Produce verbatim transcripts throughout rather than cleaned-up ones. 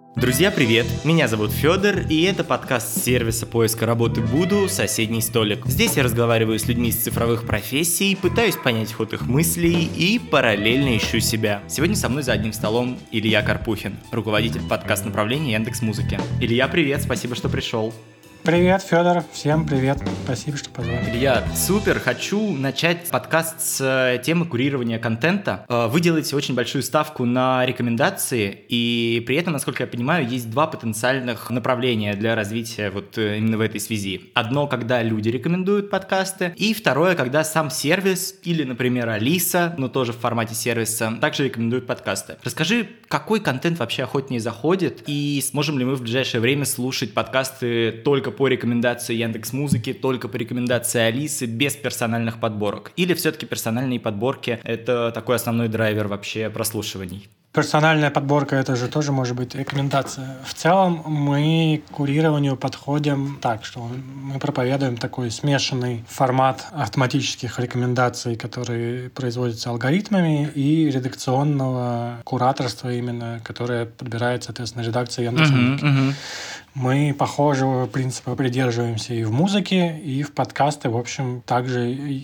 Друзья, привет! Меня зовут Федор, и это подкаст сервиса поиска работы Буду «Соседний столик». Здесь я разговариваю с людьми из цифровых профессий, пытаюсь понять ход их мыслей и параллельно ищу себя. Сегодня со мной за одним столом Илья Карпухин, руководитель подкаст-направления Яндекс.Музыки. Илья, привет, спасибо, что пришел. Привет, Федор. Всем привет. Спасибо, что позвали. Илья, супер. Хочу начать подкаст с темы курирования контента. Вы делаете очень большую ставку на рекомендации, и при этом, насколько я понимаю, есть два потенциальных направления для развития вот именно в этой связи. Одно, когда люди рекомендуют подкасты, и второе, когда сам сервис или, например, Алиса, но тоже в формате сервиса, также рекомендует подкасты. Расскажи, какой контент вообще охотнее заходит, и сможем ли мы в ближайшее время слушать подкасты только по рекомендации Яндекс.Музыки, только по рекомендации Алисы, без персональных подборок? Или все-таки персональные подборки — это такой основной драйвер вообще прослушиваний? Персональная подборка — это же тоже может быть рекомендация. В целом мы к курированию подходим так, что мы проповедуем такой смешанный формат автоматических рекомендаций, которые производятся алгоритмами, и редакционного кураторства именно, которое подбирает, соответственно, редакция Яндекс.Музыки. Uh-huh, uh-huh. Мы похожего принципа придерживаемся и в музыке, и в подкасты. В общем, также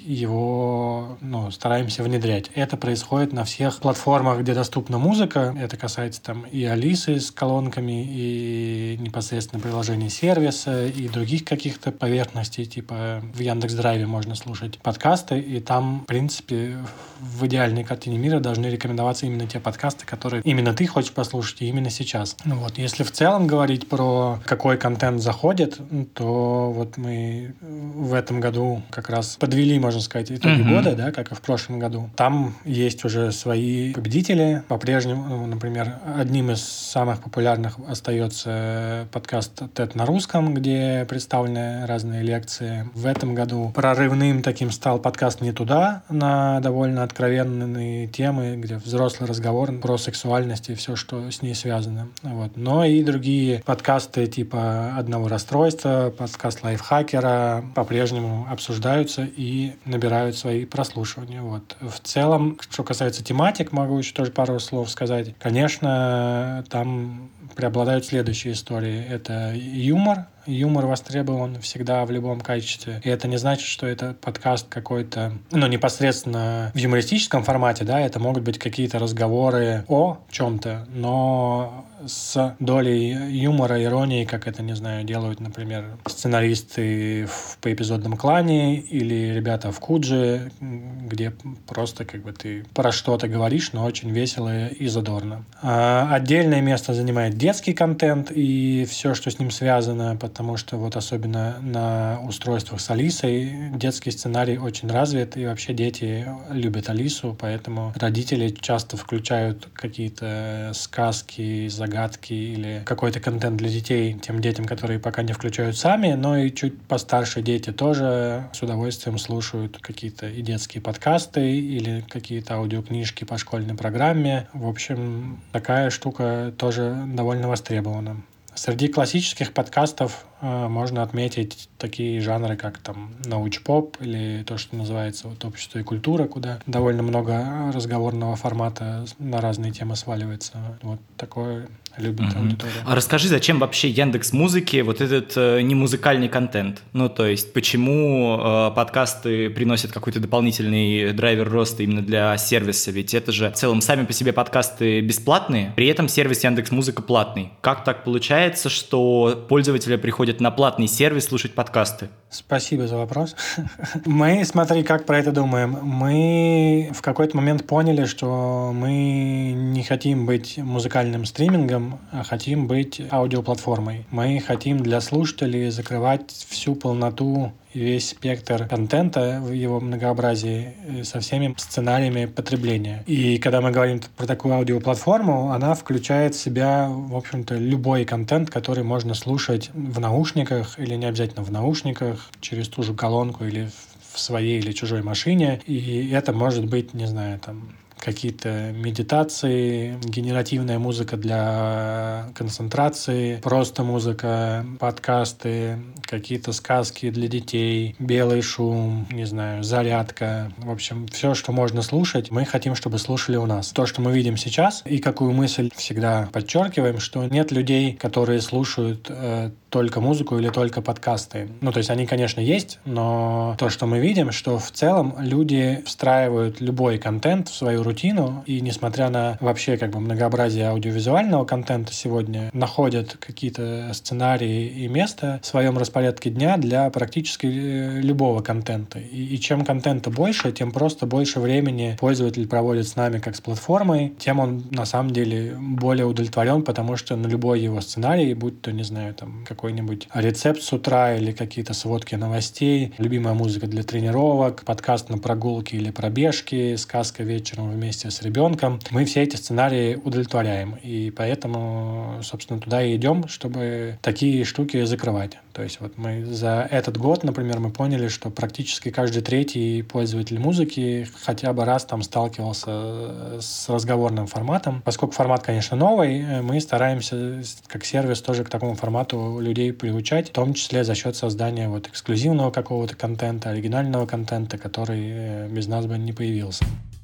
его ну, стараемся внедрять. Это происходит на всех платформах, где доступна музыка. Это касается там и Алисы с колонками, и непосредственно приложений сервиса, и других каких-то поверхностей. Типа в Яндекс.Драйве можно слушать подкасты, и там, в принципе, в идеальной картине мира должны рекомендоваться именно те подкасты, которые именно ты хочешь послушать, и именно сейчас. Ну, вот. Если в целом говорить про какой контент заходит, то вот мы в этом году как раз подвели, можно сказать, итоги uh-huh. года, да, как и в прошлом году. Там есть уже свои победители. По-прежнему, например, одним из самых популярных остается подкаст «ТЭД на русском», где представлены разные лекции. В этом году прорывным таким стал подкаст «Не туда», на довольно откровенные темы, где взрослый разговор про сексуальность и все, что с ней связано. Вот. Но и другие подкасты типа «Одного расстройства», подкаст лайфхакера по-прежнему обсуждаются и набирают свои прослушивания. Вот. В целом, что касается тематик, могу еще тоже пару слов сказать. Конечно, там преобладают следующие истории. Это юмор. Юмор востребован всегда в любом качестве. И это не значит, что это подкаст какой-то, ну, непосредственно в юмористическом формате, да, это могут быть какие-то разговоры о чем-то, но с долей юмора, иронии, как это, не знаю, делают, например, сценаристы в «Поэпизодном клане» или ребята в Кудже, где просто как бы ты про что-то говоришь, но очень весело и задорно. А отдельное место занимает детский контент и все, что с ним связано, потому что вот особенно на устройствах с Алисой детский сценарий очень развит, и вообще дети любят Алису, поэтому родители часто включают какие-то сказки, загадки или какой-то контент для детей тем детям, которые пока не включают сами, но и чуть постарше дети тоже с удовольствием слушают какие-то и детские подкасты или какие-то аудиокнижки по школьной программе. В общем, такая штука тоже довольно востребована. Среди классических подкастов э, можно отметить такие жанры, как там научпоп или то, что называется вот «Общество и культура», куда довольно много разговорного формата на разные темы сваливается. Вот такое любит mm-hmm. аудитория. А расскажи, зачем вообще Яндекс.Музыке вот этот э, немузыкальный контент? Ну, то есть, почему э, подкасты приносят какой-то дополнительный драйвер роста именно для сервиса? Ведь это же в целом сами по себе подкасты бесплатные, при этом сервис Яндекс.Музыка платный. Как так получается, что пользователи приходят на платный сервис слушать подкасты? Спасибо за вопрос. Мы, смотри, как про это думаем. Мы в какой-то момент поняли, что мы не хотим быть музыкальным стримингом, а хотим быть аудиоплатформой. Мы хотим для слушателей закрывать всю полноту и весь спектр контента в его многообразии со всеми сценариями потребления. И когда мы говорим про такую аудиоплатформу, она включает в себя, в общем-то, любой контент, который можно слушать в наушниках или не обязательно в наушниках, через ту же колонку или в своей или чужой машине. И это может быть, не знаю, там, какие-то медитации, генеративная музыка для концентрации, просто музыка, подкасты, какие-то сказки для детей, белый шум, не знаю, зарядка. В общем, все, что можно слушать, мы хотим, чтобы слушали у нас. То, что мы видим сейчас, и какую мысль всегда подчеркиваем, что нет людей, которые слушают э, только музыку или только подкасты. Ну, то есть они, конечно, есть, но то, что мы видим, что в целом люди встраивают любой контент в свою рутину, и несмотря на вообще как бы многообразие аудиовизуального контента сегодня, находят какие-то сценарии и место в своем распорядке дня для практически любого контента. И, и чем контента больше, тем просто больше времени пользователь проводит с нами как с платформой, тем он на самом деле более удовлетворен, потому что на любой его сценарий, будь то, не знаю, там какой-нибудь рецепт с утра или какие-то сводки новостей, любимая музыка для тренировок, подкаст на прогулке или пробежке, сказка вечером вместе с ребенком. Мы все эти сценарии удовлетворяем. И поэтому, собственно, туда и идем, чтобы такие штуки закрывать. То есть вот мы за этот год, например, мы поняли, что практически каждый третий пользователь музыки хотя бы раз там сталкивался с разговорным форматом. Поскольку формат, конечно, новый, мы стараемся как сервис тоже к такому формату людей приучать, в том числе за счет создания вот эксклюзивного какого-то контента, оригинального контента, который без нас бы не появился.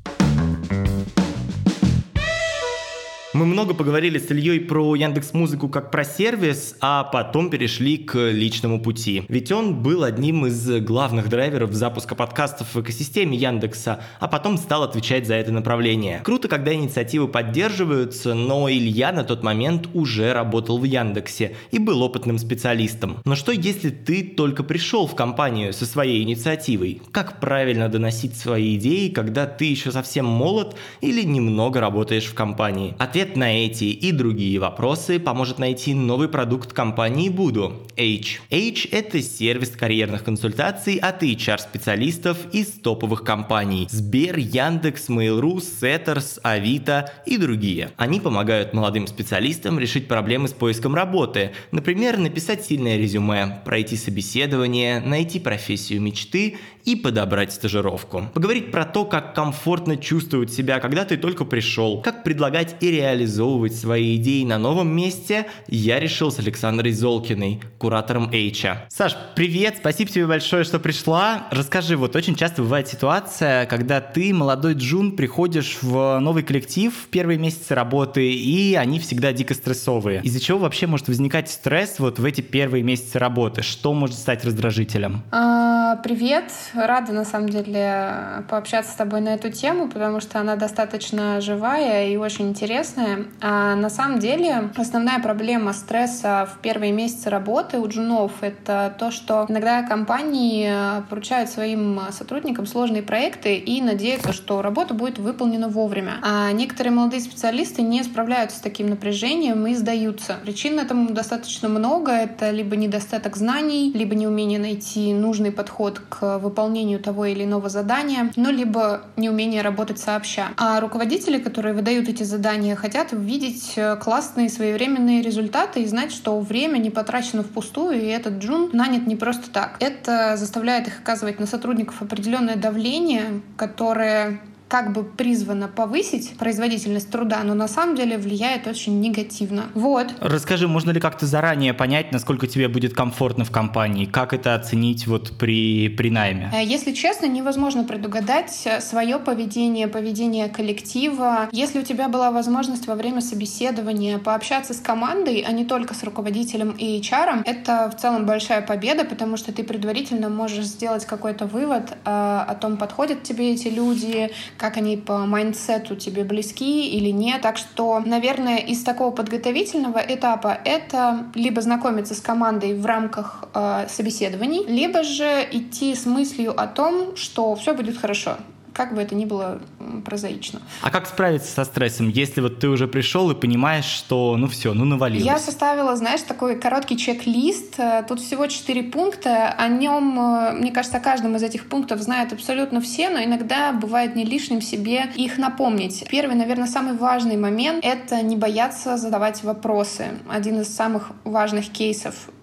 Мы много поговорили с Ильей про Яндекс.Музыку как про сервис, а потом перешли к личному пути. Ведь он был одним из главных драйверов запуска подкастов в экосистеме Яндекса, а потом стал отвечать за это направление. Круто, когда инициативы поддерживаются, но Илья на тот момент уже работал в Яндексе и был опытным специалистом. Но что если ты только пришел в компанию со своей инициативой? Как правильно доносить свои идеи, когда ты еще совсем молод или немного работаешь в компании? Ответ на эти и другие вопросы поможет найти новый продукт компании Voodoo – H. H – это сервис карьерных консультаций от эйч ар-специалистов из топовых компаний – Сбер, Яндекс, Mail.ru, Setters, Авито и другие. Они помогают молодым специалистам решить проблемы с поиском работы, например, написать сильное резюме, пройти собеседование, найти профессию мечты и подобрать стажировку. Поговорить про то, как комфортно чувствовать себя, когда ты только пришел, как предлагать и реализовывать свои идеи на новом месте, я решил с Александрой Золкиной, куратором Эйча. Саш, привет, спасибо тебе большое, что пришла. Расскажи, вот очень часто бывает ситуация, когда ты, молодой джун, приходишь в новый коллектив в первые месяцы работы, и они всегда дико стрессовые. Из-за чего вообще может возникать стресс вот в эти первые месяцы работы? Что может стать раздражителем? А, привет, рада на самом деле пообщаться с тобой на эту тему, потому что она достаточно живая и очень интересная. А на самом деле основная проблема стресса в первые месяцы работы у джунов — это то, что иногда компании поручают своим сотрудникам сложные проекты и надеются, что работа будет выполнена вовремя. А некоторые молодые специалисты не справляются с таким напряжением и сдаются. Причин этому достаточно много. Это либо недостаток знаний, либо неумение найти нужный подход к выполнению того или иного задания, ну, либо неумение работать сообща. А руководители, которые выдают эти задания, хотят видеть классные своевременные результаты и знать, что время не потрачено впустую, и этот джун нанят не просто так. Это заставляет их оказывать на сотрудников определенное давление, которое как бы призвано повысить производительность труда, но на самом деле влияет очень негативно. Вот. Расскажи, можно ли как-то заранее понять, насколько тебе будет комфортно в компании? Как это оценить вот при, при найме? Если честно, невозможно предугадать свое поведение, поведение коллектива. Если у тебя была возможность во время собеседования пообщаться с командой, а не только с руководителем и эйч ар, это в целом большая победа, потому что ты предварительно можешь сделать какой-то вывод э, о том, подходят тебе эти люди, как они по майндсету тебе близки или нет. Так что, наверное, из такого подготовительного этапа это либо знакомиться с командой в рамках э, собеседований, либо же идти с мыслью о том, что все будет хорошо. Как бы это ни было прозаично. А как справиться со стрессом, если вот ты уже пришел и понимаешь, что ну все, ну навалилось? Я составила, знаешь, такой короткий чек-лист. Тут всего четыре пункта. О нем, мне кажется, о каждом из этих пунктов знают абсолютно все, но иногда бывает не лишним себе их напомнить. Первый, наверное, самый важный момент — это не бояться задавать вопросы. Один из самых важных кейсов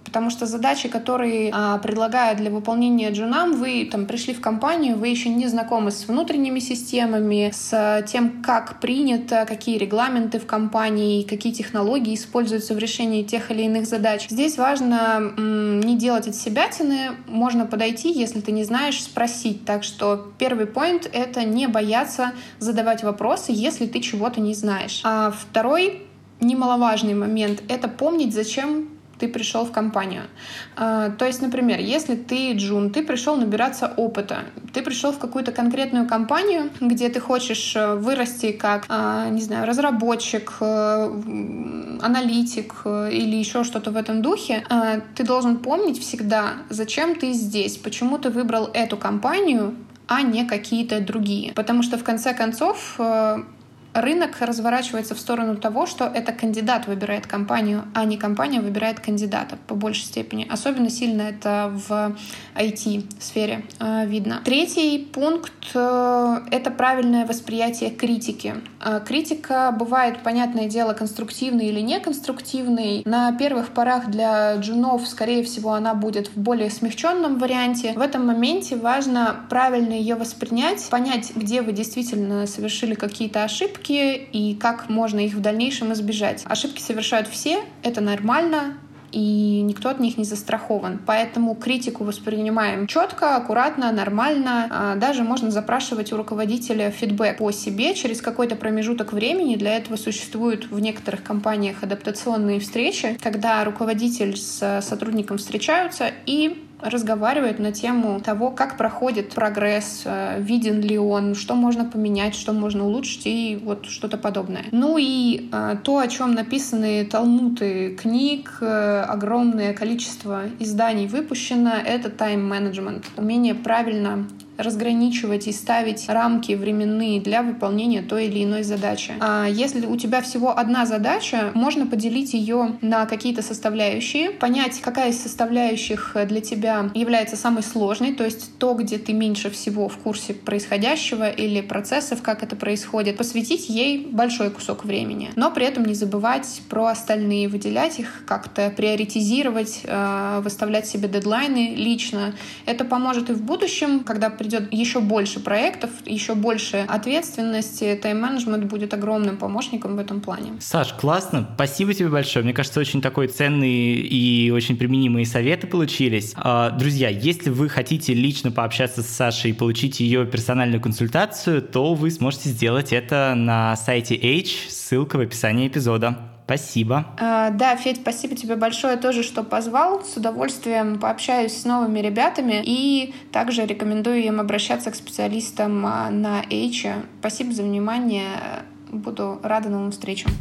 потому что задачи, которые а, предлагают для выполнения джунам, вы там пришли в компанию, вы еще не знакомы с внутренними системами, с тем, как принято, какие регламенты в компании, какие технологии используются в решении тех или иных задач. Здесь важно м, не делать от себятины, можно подойти, если ты не знаешь, спросить. Так что первый поинт — это не бояться задавать вопросы, если ты чего-то не знаешь. А второй немаловажный момент — это помнить, зачем ты пришел в компанию. А, то есть, например, если ты джун, ты пришел набираться опыта, ты пришел в какую-то конкретную компанию, где ты хочешь вырасти как, а, не знаю, разработчик, аналитик или еще что-то в этом духе, а, ты должен помнить всегда, зачем ты здесь, почему ты выбрал эту компанию, а не какие-то другие. Потому что в конце концов рынок разворачивается в сторону того, что это кандидат выбирает компанию, а не компания выбирает кандидата по большей степени. Особенно сильно это в ай ти-сфере э, видно. Третий пункт э, — это правильное восприятие критики. Э, критика бывает, понятное дело, конструктивной или неконструктивной. На первых порах для джунов, скорее всего, она будет в более смягченном варианте. В этом моменте важно правильно ее воспринять, понять, где вы действительно совершили какие-то ошибки, и как можно их в дальнейшем избежать. Ошибки совершают все, это нормально, и никто от них не застрахован. Поэтому критику воспринимаем четко, аккуратно, нормально. Даже можно запрашивать у руководителя фидбэк по себе через какой-то промежуток времени. Для этого существуют в некоторых компаниях адаптационные встречи, когда руководитель с сотрудником встречаются и разговаривают на тему того, как проходит прогресс, виден ли он, что можно поменять, что можно улучшить и вот что-то подобное. Ну и э, то, о чем написаны талмуды книг, э, огромное количество изданий выпущено, это тайм-менеджмент, умение правильно разграничивать и ставить рамки временные для выполнения той или иной задачи. А если у тебя всего одна задача, можно поделить ее на какие-то составляющие, понять, какая из составляющих для тебя является самой сложной, то есть то, где ты меньше всего в курсе происходящего или процессов, как это происходит, посвятить ей большой кусок времени. Но при этом не забывать про остальные, выделять их, как-то приоритизировать, выставлять себе дедлайны лично. Это поможет и в будущем, когда придет еще больше проектов, еще больше ответственности. Тайм-менеджмент будет огромным помощником в этом плане. Саш, классно. Спасибо тебе большое. Мне кажется, очень такой ценные и очень применимые советы получились. Друзья, если вы хотите лично пообщаться с Сашей и получить ее персональную консультацию, то вы сможете сделать это на сайте H, ссылка в описании эпизода. Спасибо. А, да, Федь, спасибо тебе большое тоже, что позвал. С удовольствием пообщаюсь с новыми ребятами и также рекомендую им обращаться к специалистам на H. Спасибо за внимание. Буду рада новым встречам.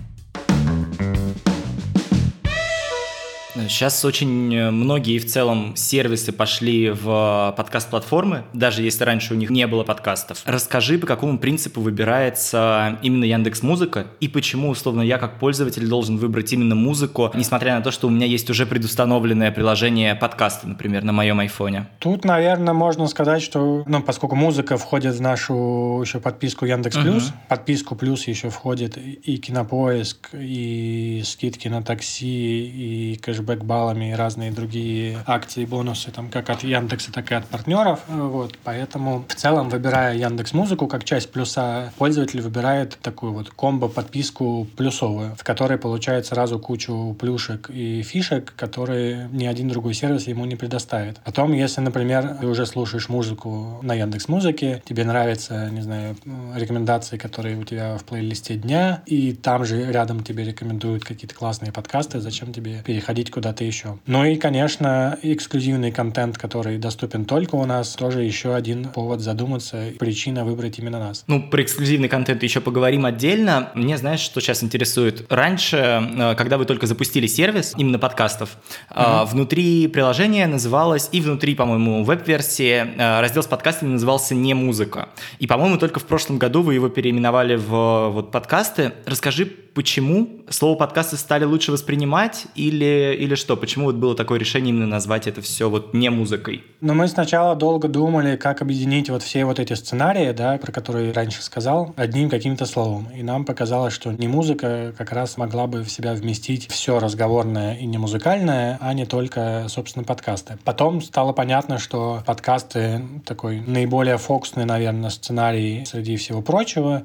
Сейчас очень многие в целом сервисы пошли в подкаст-платформы, даже если раньше у них не было подкастов. Расскажи, по какому принципу выбирается именно Яндекс.Музыка и почему, условно, я как пользователь должен выбрать именно музыку, несмотря на то, что у меня есть уже предустановленное приложение подкаста, например, на моем айфоне. Тут, наверное, можно сказать, что, ну, поскольку музыка входит в нашу еще подписку Яндекс Плюс, uh-huh. подписку Плюс еще входит и Кинопоиск, и скидки на такси, и кэшбэк баллами и разные другие акции, бонусы, там, как от Яндекса, так и от партнеров. Вот. Поэтому в целом, выбирая Яндекс.Музыку как часть плюса, пользователь выбирает такую вот комбо-подписку плюсовую, в которой получает сразу кучу плюшек и фишек, которые ни один другой сервис ему не предоставит. Потом, если, например, ты уже слушаешь музыку на Яндекс.Музыке, тебе нравятся, не знаю, рекомендации, которые у тебя в плейлисте дня, и там же рядом тебе рекомендуют какие-то классные подкасты, зачем тебе переходить куда-то еще. Ну и, конечно, эксклюзивный контент, который доступен только у нас, тоже еще один повод задуматься, причина выбрать именно нас. Ну, про эксклюзивный контент еще поговорим отдельно. Мне, знаешь, что сейчас интересует? Раньше, когда вы только запустили сервис, именно подкастов, mm-hmm. внутри приложения называлось, и внутри, по-моему, веб-версии, раздел с подкастами назывался «Не музыка». И, по-моему, только в прошлом году вы его переименовали в вот подкасты. Расскажи, почему слово подкасты стали лучше воспринимать или, или что? Почему вот было такое решение именно назвать это все вот не музыкой? Ну, мы сначала долго думали, как объединить вот все вот эти сценарии, да, про которые раньше сказал, одним каким-то словом. И нам показалось, что не музыка как раз могла бы в себя вместить все разговорное и не музыкальное, а не только, собственно, подкасты. Потом стало понятно, что подкасты такой наиболее фокусный, наверное, сценарий среди всего прочего,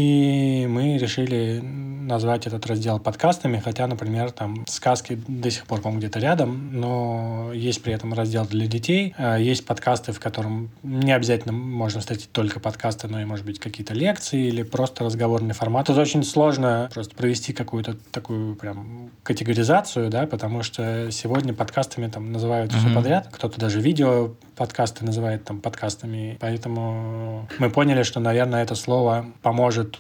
и мы решили назвать этот раздел подкастами, хотя, например, там сказки до сих пор, по-моему, где-то рядом, но есть при этом раздел для детей. Есть подкасты, в котором не обязательно можно встретить только подкасты, но и, может быть, какие-то лекции или просто разговорный формат. Тут очень сложно просто провести какую-то такую прям категоризацию, да, потому что сегодня подкастами там называют mm-hmm. все подряд. Кто-то даже видео подкасты называет там подкастами. Поэтому мы поняли, что, наверное, это слово поможет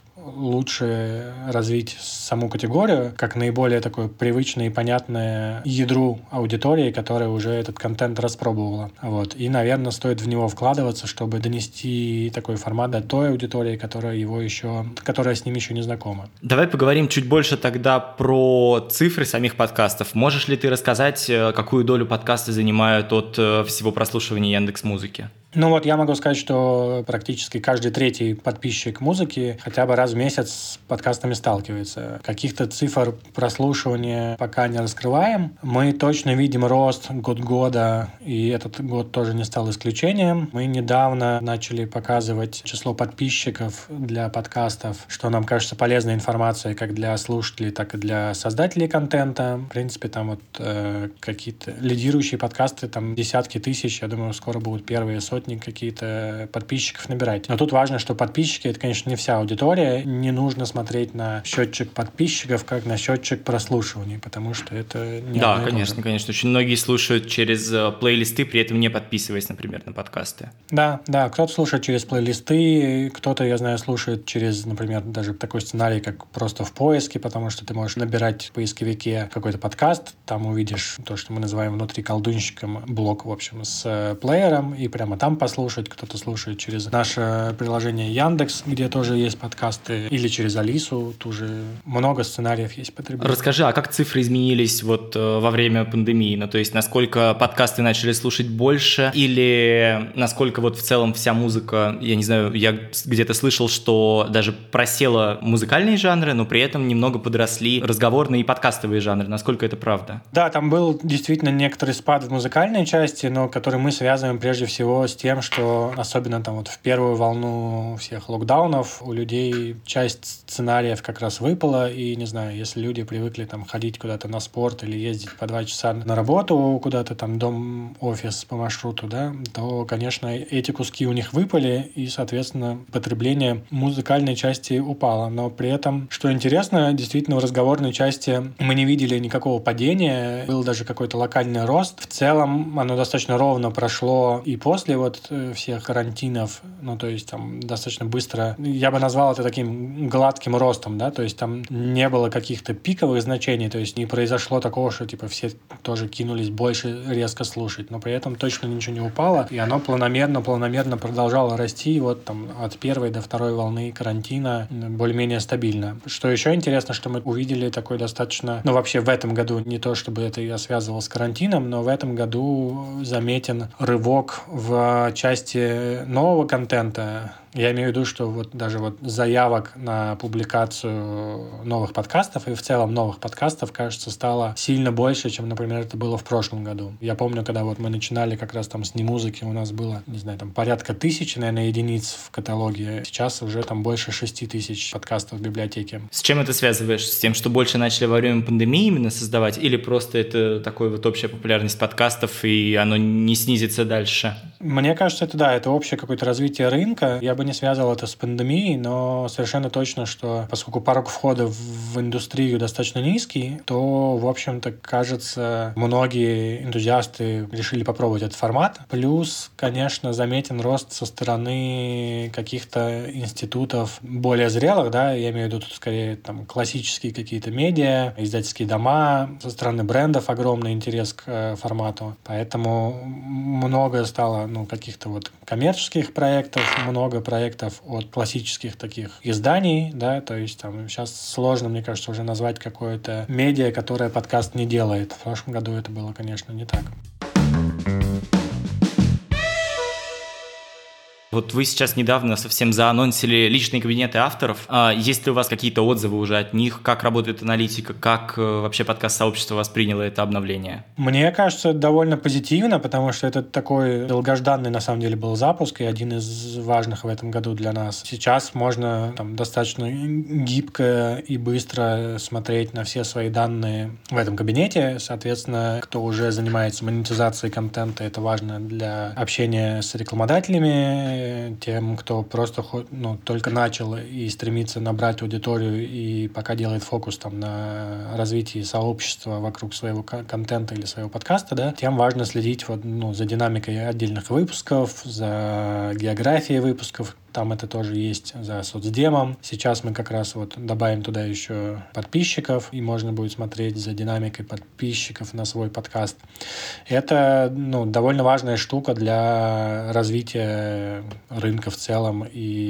лучше развить саму категорию, как наиболее такое привычное и понятное ядру аудитории, которая уже этот контент распробовала. Вот. И, наверное, стоит в него вкладываться, чтобы донести такой формат до той аудитории, которая его еще, которая с ним еще не знакома. Давай поговорим чуть больше тогда про цифры самих подкастов. Можешь ли ты рассказать, какую долю подкасты занимают от всего прослушивания Яндекс.Музыки? Ну вот я могу сказать, что практически каждый третий подписчик музыки хотя бы раз в месяц с подкастами сталкивается. Каких-то цифр прослушивания пока не раскрываем. Мы точно видим рост год года, и этот год тоже не стал исключением. Мы недавно начали показывать число подписчиков для подкастов, что нам кажется полезной информацией как для слушателей, так и для создателей контента. В принципе, там вот э, какие-то лидирующие подкасты, там десятки тысяч, я думаю, скоро будут первые сотни какие-то подписчиков набирать. Но тут важно, что подписчики — это, конечно, не вся аудитория. Не нужно смотреть на счетчик подписчиков как на счетчик прослушиваний, потому что это не Да, конечно, конечно. Очень многие слушают через плейлисты, при этом не подписываясь, например, на подкасты. Да, да. Кто-то слушает через плейлисты, кто-то, я знаю, слушает через, например, даже такой сценарий, как просто в поиске, потому что ты можешь набирать в поисковике какой-то подкаст, там увидишь то, что мы называем внутри колдунщиком блок, в общем, с плеером, и прямо там послушать, кто-то слушает через наше приложение Яндекс, где тоже есть подкасты, или через Алису, тоже много сценариев есть потребления. Расскажи, а как цифры изменились вот э, во время пандемии? Ну, то есть, насколько подкасты начали слушать больше, или насколько вот в целом вся музыка, я не знаю, я где-то слышал, что даже просела музыкальные жанры, но при этом немного подросли разговорные и подкастовые жанры. Насколько это правда? Да, там был действительно некоторый спад в музыкальной части, но который мы связываем прежде всего с тем, что особенно там вот в первую волну всех локдаунов у людей часть сценариев как раз выпала, и, не знаю, если люди привыкли там ходить куда-то на спорт или ездить по два часа на работу куда-то там дом-офис по маршруту, да, то, конечно, эти куски у них выпали, и, соответственно, потребление музыкальной части упало. Но при этом, что интересно, действительно в разговорной части мы не видели никакого падения, был даже какой-то локальный рост. В целом оно достаточно ровно прошло и после вот всех карантинов, ну, то есть там достаточно быстро, я бы назвал это таким гладким ростом, да, то есть там не было каких-то пиковых значений, то есть не произошло такого, что типа все тоже кинулись больше резко слушать, но при этом точно ничего не упало, и оно планомерно-планомерно продолжало расти вот там от первой до второй волны карантина более-менее стабильно. Что еще интересно, что мы увидели такой достаточно, ну, вообще в этом году, не то чтобы это я связывал с карантином, но в этом году заметен рывок в части нового контента. Я имею в виду, что вот даже вот заявок на публикацию новых подкастов и в целом новых подкастов, кажется, стало сильно больше, чем, например, это было в прошлом году. Я помню, когда вот мы начинали как раз там с немузыки, у нас было, не знаю, там порядка тысячи, наверное, единиц в каталоге. Сейчас уже там больше шести тысяч подкастов в библиотеке. С чем это связываешь? С тем, что больше начали во время пандемии именно создавать? Или просто это такой вот общая популярность подкастов, и оно не снизится дальше? Мне кажется, это да, это общее какое-то развитие рынка. Я бы не связывал это с пандемией, но совершенно точно, что поскольку порог входа в индустрию достаточно низкий, то, в общем-то, кажется, многие энтузиасты решили попробовать этот формат. Плюс, конечно, заметен рост со стороны каких-то институтов более зрелых, да, я имею в виду тут скорее там классические какие-то медиа, издательские дома, со стороны брендов огромный интерес к формату. Поэтому много стало, ну, каких-то вот коммерческих проектов, много проектов от классических таких изданий, да, то есть там сейчас сложно, мне кажется, уже назвать какое-то медиа, которое подкаст не делает. В прошлом году это было, конечно, не так. Вот вы сейчас недавно совсем заанонсили личные кабинеты авторов. Есть ли у вас какие-то отзывы уже от них? Как работает аналитика? Как вообще подкаст-сообщество восприняло это обновление? Мне кажется, это довольно позитивно, потому что это такой долгожданный, на самом деле, был запуск и один из важных в этом году для нас. Сейчас можно там, достаточно гибко и быстро смотреть на все свои данные в этом кабинете. Соответственно, кто уже занимается монетизацией контента, это важно для общения с рекламодателями, тем, кто просто ну, только начал и стремится набрать аудиторию и пока делает фокус там, на развитии сообщества вокруг своего контента или своего подкаста, да, тем важно следить вот, ну, за динамикой отдельных выпусков, за географией выпусков. Там это тоже есть за соцдемом. Сейчас мы как раз вот добавим туда еще подписчиков, и можно будет смотреть за динамикой подписчиков на свой подкаст. Это ну, довольно важная штука для развития рынка в целом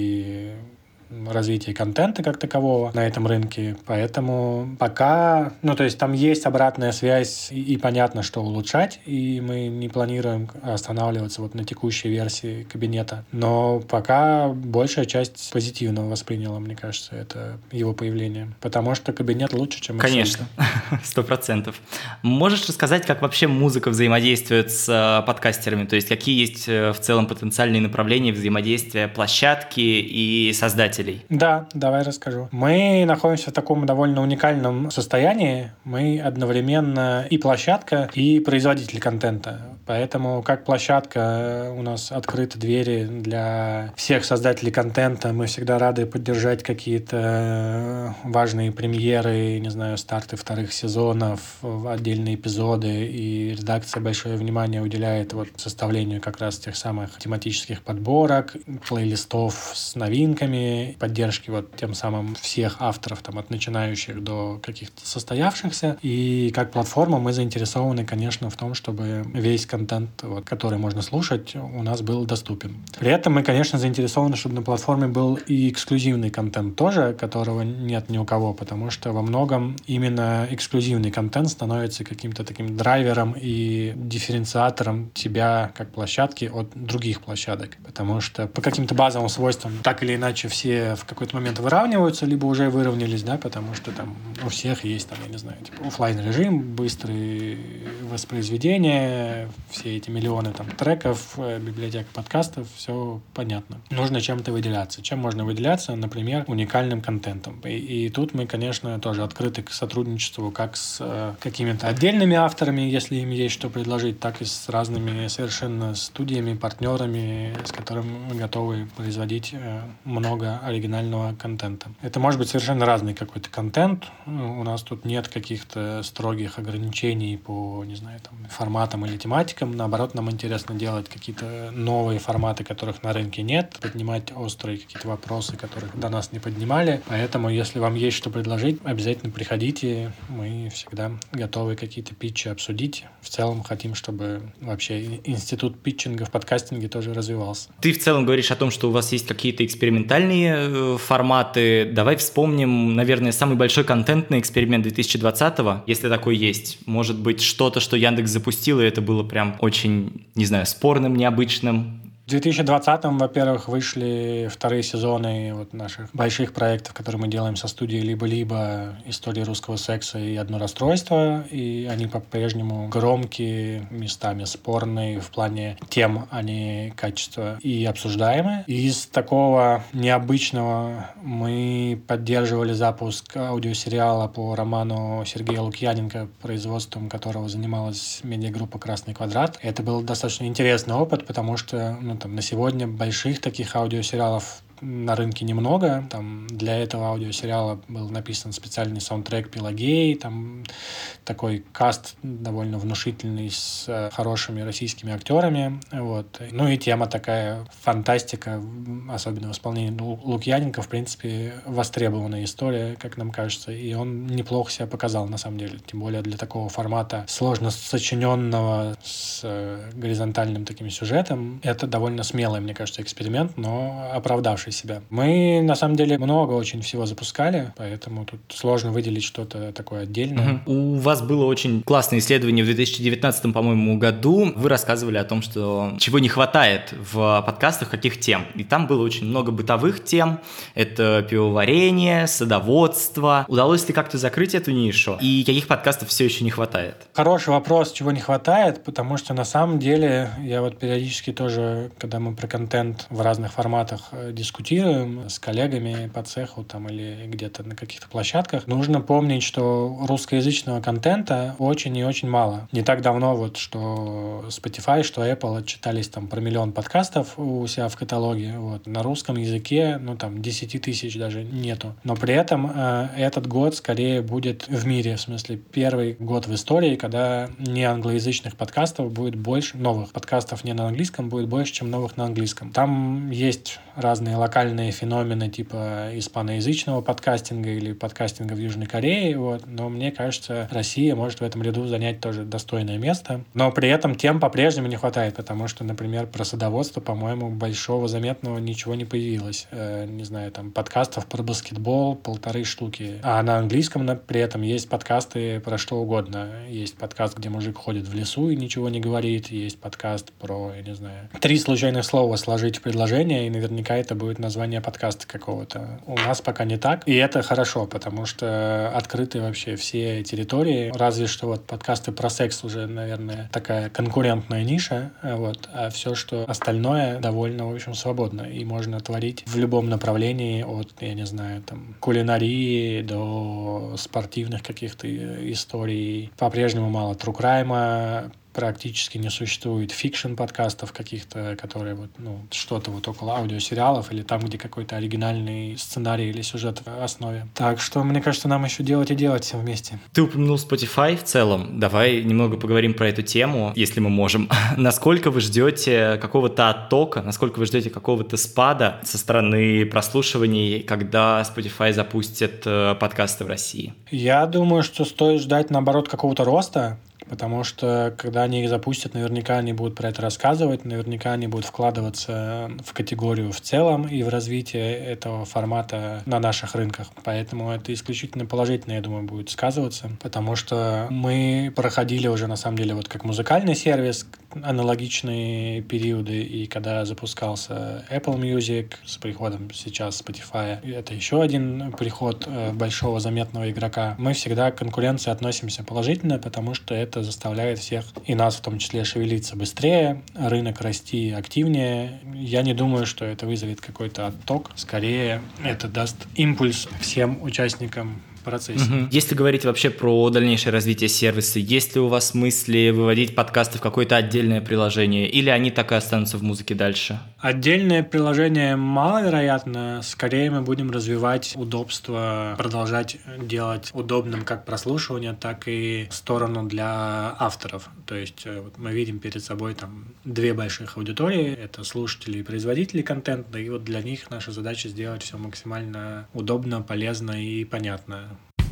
и развития контента как такового на этом рынке. Поэтому пока... Ну, то есть там есть обратная связь и, и понятно, что улучшать, и мы не планируем останавливаться вот на текущей версии кабинета. Но пока большая часть позитивно восприняла, мне кажется, это его появление. Потому что кабинет лучше, чем... Конечно, сто процентов. Можешь рассказать, как вообще музыка взаимодействует с подкастерами? То есть какие есть в целом потенциальные направления взаимодействия площадки и создателей? Да, давай расскажу. Мы находимся в таком довольно уникальном состоянии. Мы одновременно и площадка, и производитель контента. Поэтому как площадка у нас открыты двери для всех создателей контента. Мы всегда рады поддержать какие-то важные премьеры, не знаю, старты вторых сезонов, отдельные эпизоды. И редакция большое внимание уделяет вот составлению как раз тех самых тематических подборок, плейлистов с новинками, поддержки вот тем самым всех авторов, там, от начинающих до каких-то состоявшихся. И как платформа мы заинтересованы, конечно, в том, чтобы весь контент, вот, который можно слушать, у нас был доступен. При этом мы, конечно, заинтересованы, чтобы на платформе был и эксклюзивный контент тоже, которого нет ни у кого, потому что во многом именно эксклюзивный контент становится каким-то таким драйвером и дифференциатором тебя как площадки от других площадок. Потому что по каким-то базовым свойствам так или иначе все в какой-то момент выравниваются, либо уже выровнялись, да, потому что там у всех есть, там, я не знаю, типа офлайн режим, быстрые воспроизведения, все эти миллионы там треков, библиотека подкастов, все понятно. Нужно чем-то выделяться. Чем можно выделяться? Например, уникальным контентом. И, и тут мы, конечно, тоже открыты к сотрудничеству как с э, какими-то отдельными авторами, если им есть что предложить, так и с разными совершенно студиями, партнерами, с которыми мы готовы производить э, много оригинального контента. Это может быть совершенно разный какой-то контент. У нас тут нет каких-то строгих ограничений по, не знаю, там, форматам или тематикам. Наоборот, нам интересно делать какие-то новые форматы, которых на рынке нет, поднимать острые какие-то вопросы, которых до нас не поднимали. Поэтому, если вам есть что предложить, обязательно приходите. Мы всегда готовы какие-то питчи обсудить. В целом хотим, чтобы вообще институт питчинга в подкастинге тоже развивался. Ты в целом говоришь о том, что у вас есть какие-то экспериментальные форматы. Давай вспомним, наверное, самый большой контентный эксперимент две тысячи двадцатого, если такой есть. Может быть, что-то, что Яндекс запустил, и это было прям очень, не знаю, спорным, необычным. В две тысячи двадцатом, во-первых, вышли вторые сезоны вот наших больших проектов, которые мы делаем со студией «Либо-либо», «История русского секса» и «Одно расстройство». И они по-прежнему громкие, местами спорные в плане тем, а не качества, и обсуждаемые. Из такого необычного мы поддерживали запуск аудиосериала по роману Сергея Лукьяненко, производством которого занималась медиагруппа «Красный квадрат». Это был достаточно интересный опыт, потому что ну, там, на сегодня больших таких аудиосериалов на рынке немного. Там для этого аудиосериала был написан специальный саундтрек «Пелагеи», там такой каст довольно внушительный с хорошими российскими актерами. Вот. Ну и тема такая фантастика, особенно в исполнении Лукьяненко, в принципе, востребованная история, как нам кажется, и он неплохо себя показал, на самом деле. Тем более для такого формата, сложно сочиненного, с горизонтальным таким сюжетом. Это довольно смелый, мне кажется, эксперимент, но оправдавший себя. Мы, на самом деле, много очень всего запускали, поэтому тут сложно выделить что-то такое отдельное. Угу. У вас было очень классное исследование в две тысячи девятнадцатом, по-моему, году. Вы рассказывали о том, что чего не хватает в подкастах, каких тем. И там было очень много бытовых тем. Это пивоварение, садоводство. Удалось ли как-то закрыть эту нишу? И каких подкастов все еще не хватает? Хороший вопрос, чего не хватает, потому что на самом деле я вот периодически тоже, когда мы про контент в разных форматах дискутируем с коллегами по цеху там или где-то на каких-то площадках, нужно помнить, что русскоязычного контента очень и очень мало. Не так давно вот, что Spotify, что Apple отчитались там про миллион подкастов у себя в каталоге. Вот. На русском языке, ну там, десять тысяч даже нету. Но при этом э, этот год скорее будет в мире, в смысле первый год в истории, когда не англоязычных подкастов будет больше, новых подкастов не на английском будет больше, чем новых на английском. Там есть разные локальные феномены типа испаноязычного подкастинга или подкастинга в Южной Корее, вот. Но мне кажется, Россия может в этом ряду занять тоже достойное место. Но при этом тем по-прежнему не хватает, потому что, например, про садоводство, по-моему, большого заметного ничего не появилось. Э, не знаю, там подкастов про баскетбол полторы штуки. А на английском при этом есть подкасты про что угодно. Есть подкаст, где мужик ходит в лесу и ничего не говорит. Есть подкаст про, я не знаю, три случайных слова сложить в предложение, и наверняка это будет название подкаста какого-то. У нас пока не так. И это хорошо, потому что открыты вообще все территории. Разве что вот подкасты про секс уже, наверное, такая конкурентная ниша. Вот. А все, что остальное, довольно, в общем, свободно. И можно творить в любом направлении, от, я не знаю, там, кулинарии до спортивных каких-то историй. По-прежнему мало true crime, практически не существует фикшн-подкастов каких-то, которые вот, ну, что-то вот около аудиосериалов или там, где какой-то оригинальный сценарий или сюжет в основе. Так что, мне кажется, нам еще делать и делать все вместе. Ты упомянул Spotify в целом. Давай немного поговорим про эту тему, если мы можем. Насколько вы ждете какого-то оттока, насколько вы ждете какого-то спада со стороны прослушиваний, когда Spotify запустит подкасты в России? Я думаю, что стоит ждать, наоборот, какого-то роста, потому что, когда они их запустят, наверняка они будут про это рассказывать, наверняка они будут вкладываться в категорию в целом и в развитие этого формата на наших рынках. Поэтому это исключительно положительно, я думаю, будет сказываться, потому что мы проходили уже, на самом деле, вот как музыкальный сервис, аналогичные периоды, и когда запускался Apple Music с приходом сейчас Spotify, это еще один приход большого заметного игрока. Мы всегда к конкуренции относимся положительно, потому что это заставляет всех, и нас в том числе, шевелиться быстрее, рынок расти активнее. Я не думаю, что это вызовет какой-то отток. Скорее, это даст импульс всем участникам процессе. Угу. Если говорить вообще про дальнейшее развитие сервиса, есть ли у вас мысли выводить подкасты в какое-то отдельное приложение, или они так и останутся в музыке дальше? Отдельное приложение маловероятно. Скорее мы будем развивать удобство, продолжать делать удобным как прослушивание, так и сторону для авторов. То есть вот мы видим перед собой там две больших аудитории. Это слушатели и производители контента. И вот для них наша задача сделать все максимально удобно, полезно и понятно.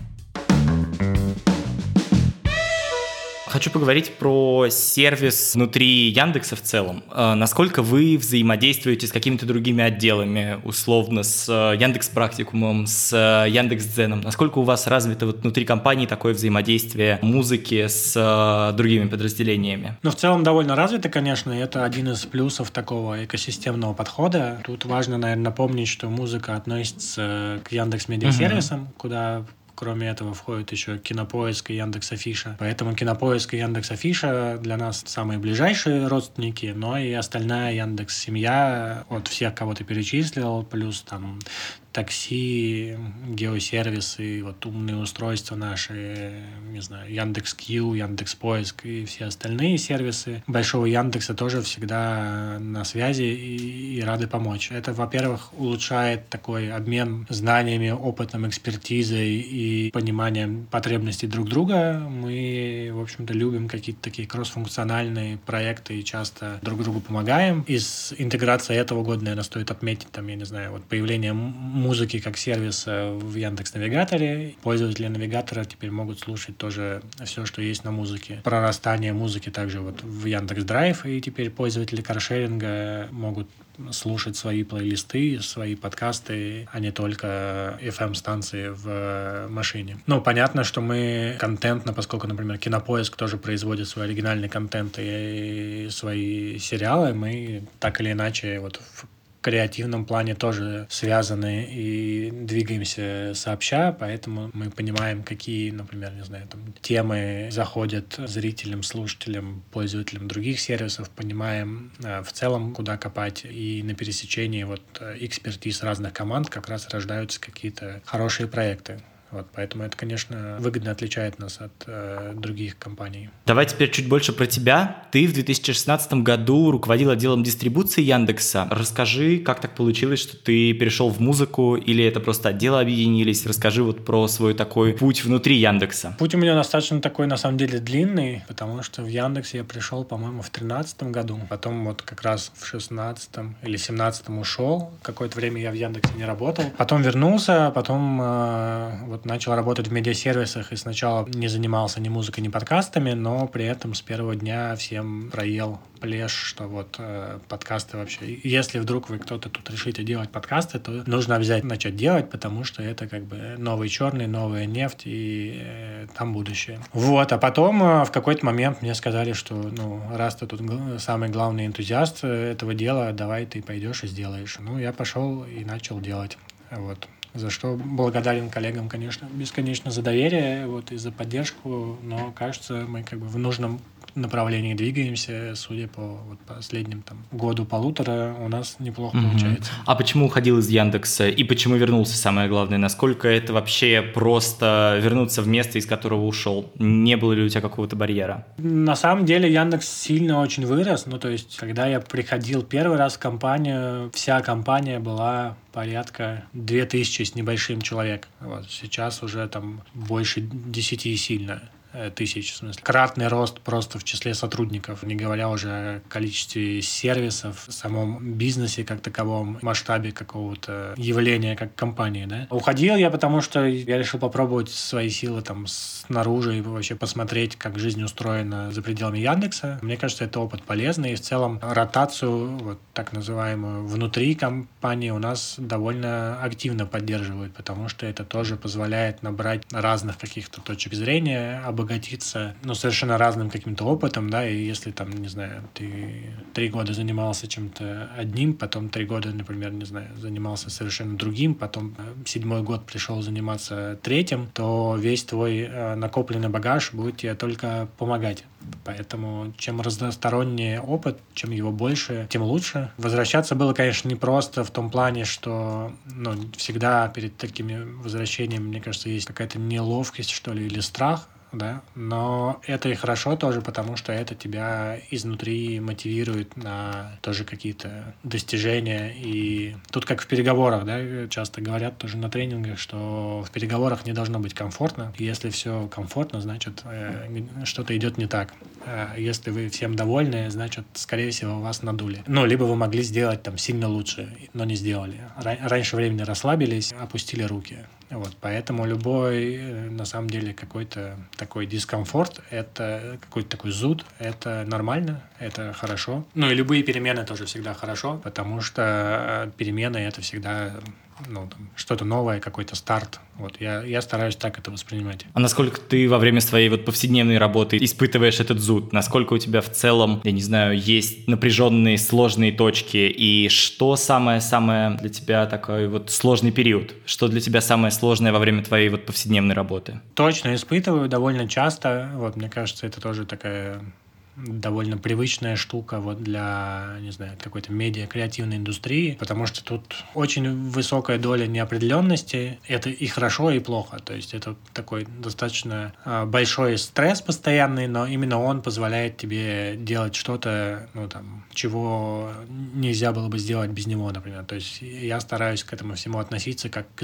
Хочу поговорить про сервис внутри Яндекса в целом. Насколько вы взаимодействуете с какими-то другими отделами, условно, с Яндекс.Практикумом, с Яндекс.Дзеном? Насколько у вас развито вот внутри компании такое взаимодействие музыки с другими подразделениями? Ну, в целом довольно развито, конечно. Это один из плюсов такого экосистемного подхода. Тут важно, наверное, напомнить, что музыка относится к Яндекс.Медиасервисам, угу. куда... Кроме этого входит еще Кинопоиск и Яндекс.Афиша. Поэтому Кинопоиск и Яндекс.Афиша для нас самые ближайшие родственники, но и остальная Яндекс-семья от всех, кого ты перечислил, плюс там такси, геосервисы, вот умные устройства наши, не знаю, Яндекс.Кью, Яндекс.Поиск и все остальные сервисы Большого Яндекса тоже всегда на связи и, и рады помочь. Это, во-первых, улучшает такой обмен знаниями, опытом, экспертизой и пониманием потребностей друг друга. Мы, в общем-то, любим какие-то такие кроссфункциональные проекты и часто друг другу помогаем. Из интеграции этого года, наверное, стоит отметить, там, я не знаю, вот появление музыки как сервиса в Яндекс.Навигаторе. Пользователи навигатора теперь могут слушать тоже все, что есть на музыке. Прорастание музыки также вот в Яндекс.Драйв, и теперь пользователи каршеринга могут слушать свои плейлисты, свои подкасты, а не только эф эм-станции в машине. Ну, понятно, что мы контентно, поскольку, например, Кинопоиск тоже производит свой оригинальный контент и свои сериалы, мы так или иначе вот в креативном плане тоже связаны и двигаемся сообща, поэтому мы понимаем, какие, например, не знаю, там, темы заходят зрителям, слушателям, пользователям других сервисов, понимаем э, в целом, куда копать, и на пересечении вот экспертиз разных команд как раз рождаются какие-то хорошие проекты. Вот, поэтому это, конечно, выгодно отличает нас от э, других компаний. Давай теперь чуть больше про тебя. Ты в две тысячи шестнадцатом году руководил отделом дистрибуции Яндекса. Расскажи, как так получилось, что ты перешел в музыку, или это просто отделы объединились? Расскажи вот про свой такой путь внутри Яндекса. Путь у меня достаточно такой, на самом деле, длинный, потому что в Яндекс я пришел, по-моему, в тринадцатом году. Потом вот как раз в шестнадцатом или семнадцатом ушел. Какое-то время я в Яндексе не работал. Потом вернулся, потом э, вот начал работать в медиасервисах и сначала не занимался ни музыкой, ни подкастами, но при этом с первого дня всем проел плешь, что вот э, подкасты вообще... Если вдруг вы кто-то тут решите делать подкасты, то нужно обязательно начать делать, потому что это как бы новый черный, новая нефть, и э, там будущее. Вот, а потом э, в какой-то момент мне сказали, что ну, раз ты тут самый главный энтузиаст этого дела, давай ты пойдешь и сделаешь. Ну, я пошел и начал делать. Вот. За что благодарен коллегам, конечно, бесконечно за доверие, вот, и за поддержку, но, кажется, мы как бы в нужном направлении двигаемся, судя по вот, последним там, году-полутора, у нас неплохо mm-hmm. получается. А почему уходил из Яндекса и почему вернулся, самое главное? Насколько это вообще просто вернуться в место, из которого ушел? Не было ли у тебя какого-то барьера? На самом деле Яндекс сильно очень вырос, ну то есть, когда я приходил первый раз в компанию, вся компания была порядка две тысячи с небольшим человек. Вот. Сейчас уже там больше десяти сильно. Тысяч, в смысле. Кратный рост просто в числе сотрудников, не говоря уже о количестве сервисов, в самом бизнесе как таковом, масштабе какого-то явления как компании, да. Уходил я, потому что я решил попробовать свои силы там снаружи и вообще посмотреть, как жизнь устроена за пределами Яндекса. Мне кажется, это опыт полезный, и в целом ротацию, вот так называемую, внутри компании у нас довольно активно поддерживают, потому что это тоже позволяет набрать разных каких-то точек зрения, обогатиться, ну, совершенно разным каким-то опытом, да, и если там, не знаю, ты три года занимался чем-то одним, потом три года, например, не знаю, занимался совершенно другим, потом седьмой год пришел заниматься третьим, то весь твой э, накопленный багаж будет тебе только помогать. Поэтому чем разносторонний опыт, чем его больше, тем лучше. Возвращаться было, конечно, непросто в том плане, что ну, всегда перед такими возвращениями, мне кажется, есть какая-то неловкость, что ли, или страх, да, но это и хорошо тоже, потому что это тебя изнутри мотивирует на тоже какие-то достижения. И тут как в переговорах, да, часто говорят тоже на тренингах, что в переговорах не должно быть комфортно. Если все комфортно, значит, э, что-то идет не так. А если вы всем довольны, значит, скорее всего, вас надули. Ну, либо вы могли сделать там сильно лучше, но не сделали. Раньше времени расслабились, опустили руки. Вот, поэтому любой, на самом деле, какой-то такой дискомфорт, это какой-то такой зуд, это нормально, это хорошо. Ну и любые перемены тоже всегда хорошо, потому что перемены — это всегда ну, там, что-то новое, какой-то старт. Вот, я, я стараюсь так это воспринимать. А насколько ты во время своей вот повседневной работы испытываешь этот зуд? Насколько у тебя в целом, я не знаю, есть напряженные, сложные точки? И что самое-самое для тебя такой вот сложный период? Что для тебя самое сложное во время твоей вот повседневной работы? Точно испытываю довольно часто. Вот, мне кажется, это тоже такая довольно привычная штука вот для, не знаю, какой-то медиа-креативной индустрии, потому что тут очень высокая доля неопределенности. Это и хорошо, и плохо. То есть это такой достаточно большой стресс постоянный, но именно он позволяет тебе делать что-то, ну, там, чего нельзя было бы сделать без него, например. То есть я стараюсь к этому всему относиться как к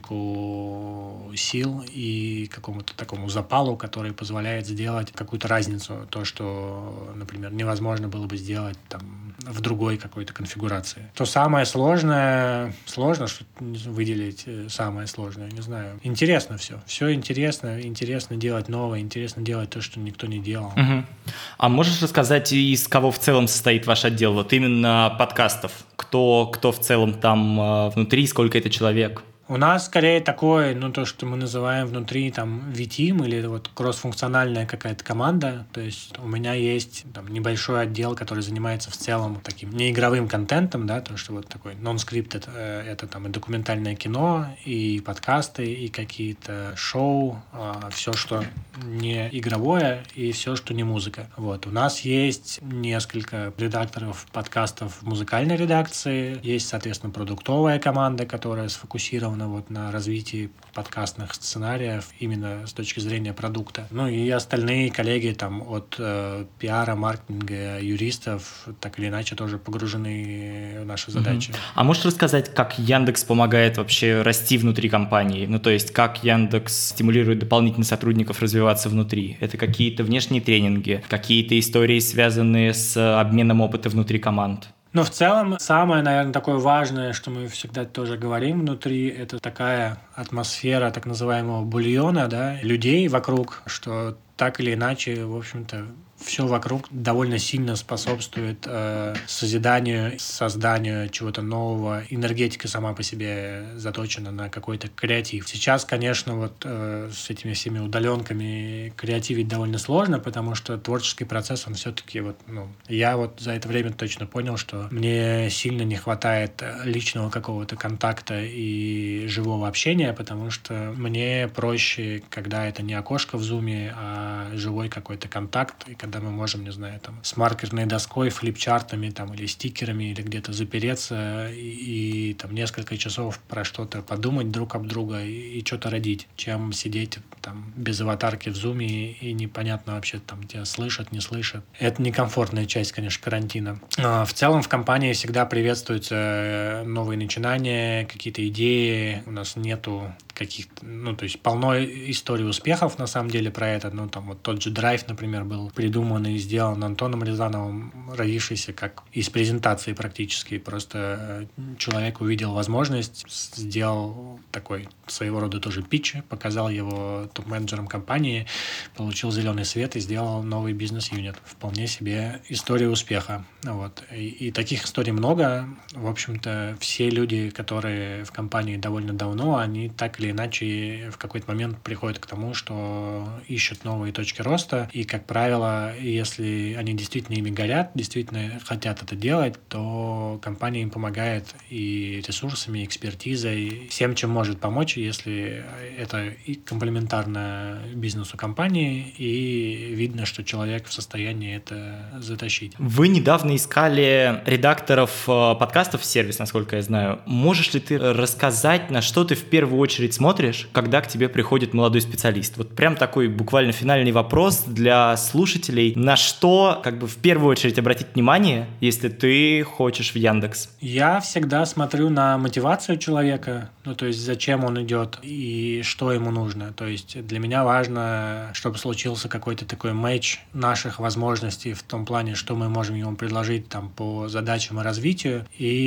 источнику сил и какому-то такому запалу, который позволяет сделать какую-то разницу. То, что, например, невозможно было бы сделать там в другой какой-то конфигурации. То самое сложное, сложно что выделить самое сложное, не знаю. Интересно все. Все интересно. Интересно делать новое, интересно делать то, что никто не делал. Угу. А можешь рассказать, из кого в целом состоит ваш отдел? Вот именно подкастов. Кто, кто в целом там э, внутри, сколько это человек? У нас скорее такое, ну, то, что мы называем внутри там ви-тим или вот кроссфункциональная какая-то команда. То есть у меня есть там небольшой отдел, который занимается в целом таким неигровым контентом, да, то, что вот такой non-scripted, это, это там и документальное кино, и подкасты, и какие-то шоу, все, что не игровое, и все, что не музыка. Вот. У нас есть несколько редакторов подкастов в музыкальной редакции, есть, соответственно, продуктовая команда, которая сфокусирована вот на развитии подкастных сценариев именно с точки зрения продукта. Ну и остальные коллеги там от э, пиара, маркетинга, юристов так или иначе тоже погружены в наши задачи. Uh-huh. А можешь рассказать, как Яндекс помогает вообще расти внутри компании? Ну то есть как Яндекс стимулирует дополнительных сотрудников развиваться внутри? Это какие-то внешние тренинги, какие-то истории, связанные с обменом опыта внутри команд? Но в целом самое, наверное, такое важное, что мы всегда тоже говорим внутри, это такая атмосфера так называемого бульона, да, людей вокруг, что так или иначе, в общем-то, все вокруг довольно сильно способствует э, созиданию, созданию чего-то нового. Энергетика сама по себе заточена на какой-то креатив. Сейчас, конечно, вот э, с этими всеми удаленками креативить довольно сложно, потому что творческий процесс, он все-таки вот, ну, я вот за это время точно понял, что мне сильно не хватает личного какого-то контакта и живого общения, потому что мне проще, когда это не окошко в зуме, а живой какой-то контакт, и когда мы можем, не знаю, там, с маркерной доской, флипчартами там, или стикерами, или где-то запереться и, и там несколько часов про что-то подумать друг об друга и, и что-то родить, чем сидеть там без аватарки в зуме и, и непонятно вообще, там, тебя слышат, не слышат. Это некомфортная часть, конечно, карантина. Но в целом в компании всегда приветствуются новые начинания, какие-то идеи. У нас нету каких-то, ну, то есть полно историй успехов, на самом деле, про это. Ну, там вот тот же драйв, например, был придуман и сделан Антоном Рязановым, родившийся как из презентации практически. Просто человек увидел возможность, сделал такой своего рода тоже питч, показал его топ-менеджерам компании, получил зеленый свет и сделал новый бизнес-юнит. Вполне себе история успеха. Вот. И, и таких историй много. В общем-то, все люди, которые в компании довольно давно, они так или иначе в какой-то момент приходят к тому, что ищут новые точки роста. И, как правило, если они действительно ими горят, действительно хотят это делать, то компания им помогает и ресурсами, и экспертизой, всем, чем может помочь, если это и комплементарно бизнесу компании, и видно, что человек в состоянии это затащить. Вы недавно искали редакторов подкастов в сервис, насколько я знаю. Можешь ли ты рассказать, на что ты в первую очередь смотришь, когда к тебе приходит молодой специалист? Вот прям такой буквально финальный вопрос для слушателей. На что, как бы, в первую очередь обратить внимание, если ты хочешь в Яндекс? Я всегда смотрю на мотивацию человека, ну, то есть зачем он идет и что ему нужно. То есть для меня важно, чтобы случился какой-то такой матч наших возможностей в том плане, что мы можем ему предложить там по задачам и развитию,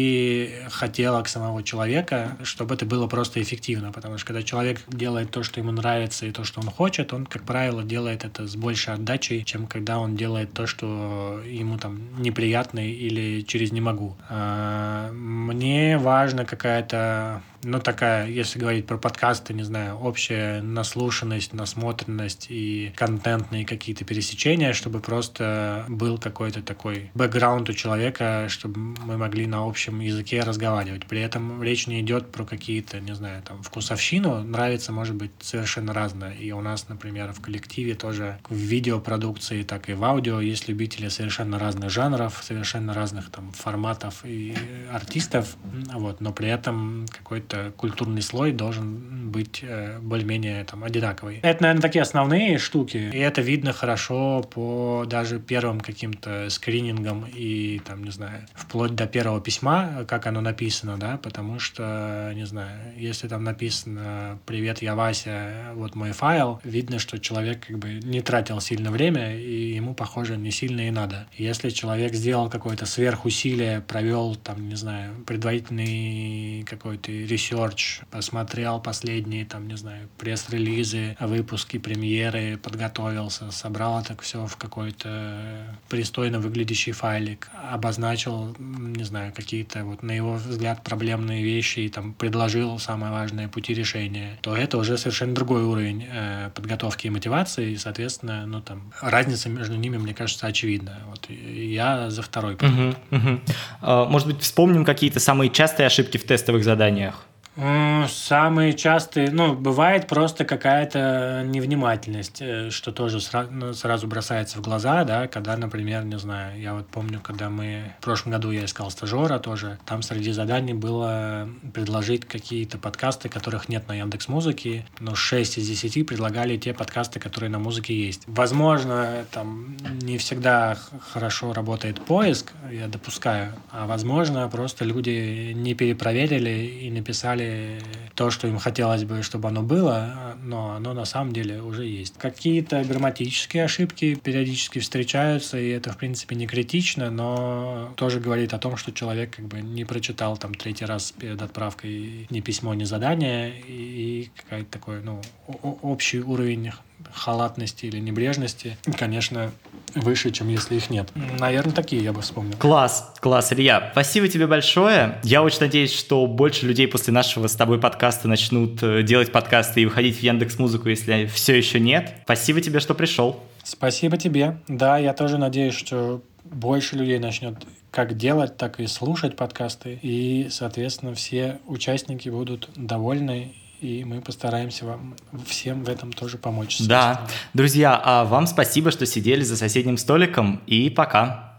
и хотелок самого человека, чтобы это было просто эффективно, потому что когда человек делает то, что ему нравится, и то, что он хочет, он, как правило, делает это с большей отдачей, чем когда он делает то, что ему там неприятно или через «не могу». Мне важна какая-то, ну, такая, если говорить про подкасты, не знаю, общая наслушанность, насмотренность и контентные какие-то пересечения, чтобы просто был какой-то такой бэкграунд у человека, чтобы мы могли на общем языке разговаривать. При этом речь не идет про какие-то, не знаю, там, вкусовщины вкусовщину, нравится, может быть, совершенно разное. И у нас, например, в коллективе тоже в видеопродукции, так и в аудио есть любители совершенно разных жанров, совершенно разных там форматов и артистов, вот, но при этом какой-то культурный слой должен быть э, более-менее там одинаковый. Это, наверное, такие основные штуки, и это видно хорошо по даже первым каким-то скринингам и там, не знаю, вплоть до первого письма, как оно написано, да, потому что, не знаю, если там написано «Привет, я Вася, вот мой файл», видно, что человек как бы не тратил сильно время, и ему, похоже, не сильно и надо. Если человек сделал какое-то сверхусилие, провел там, не знаю, предварительный какой-то ресерч, посмотрел последние там, не знаю, пресс-релизы, выпуски, премьеры, подготовился, собрал это все в какой-то пристойно выглядящий файлик, обозначил, не знаю, какие-то вот на его взгляд проблемные вещи и там предложил самые важные пути решения, то это уже совершенно другой уровень э, подготовки и мотивации, и, соответственно, ну там разница между ними, мне кажется, очевидна. Вот я за второй. Uh-huh, uh-huh. Uh, может быть, вспомним какие-то самые частые ошибки в тестовых заданиях? Самые частые, ну, бывает просто какая-то невнимательность, что тоже сразу, ну, сразу бросается в глаза, да, когда, например, не знаю, я вот помню, когда мы, в прошлом году я искал стажера тоже, там среди заданий было предложить какие-то подкасты, которых нет на Яндекс.Музыке, но шесть из десяти предлагали те подкасты, которые на музыке есть. Возможно, там не всегда хорошо работает поиск, я допускаю, а возможно, просто люди не перепроверили и написали то, что им хотелось бы, чтобы оно было, но оно на самом деле уже есть. Какие-то грамматические ошибки периодически встречаются, и это, в принципе, не критично, но тоже говорит о том, что человек как бы не прочитал там третий раз перед отправкой ни письмо, ни задание, и какой-то такой, ну, общий уровень халатности или небрежности, конечно, выше, чем если их нет. Наверное, такие я бы вспомнил. Класс, класс, Илья. Спасибо тебе большое. Я очень надеюсь, что больше людей после нашего с тобой подкаста начнут делать подкасты и выходить в Яндекс.Музыку, если все еще нет. Спасибо тебе, что пришел. Спасибо тебе. Да, я тоже надеюсь, что больше людей начнет как делать, так и слушать подкасты. И, соответственно, все участники будут довольны. И мы постараемся вам всем в этом тоже помочь. Да. Друзья, а вам спасибо, что сидели за соседним столиком. И пока.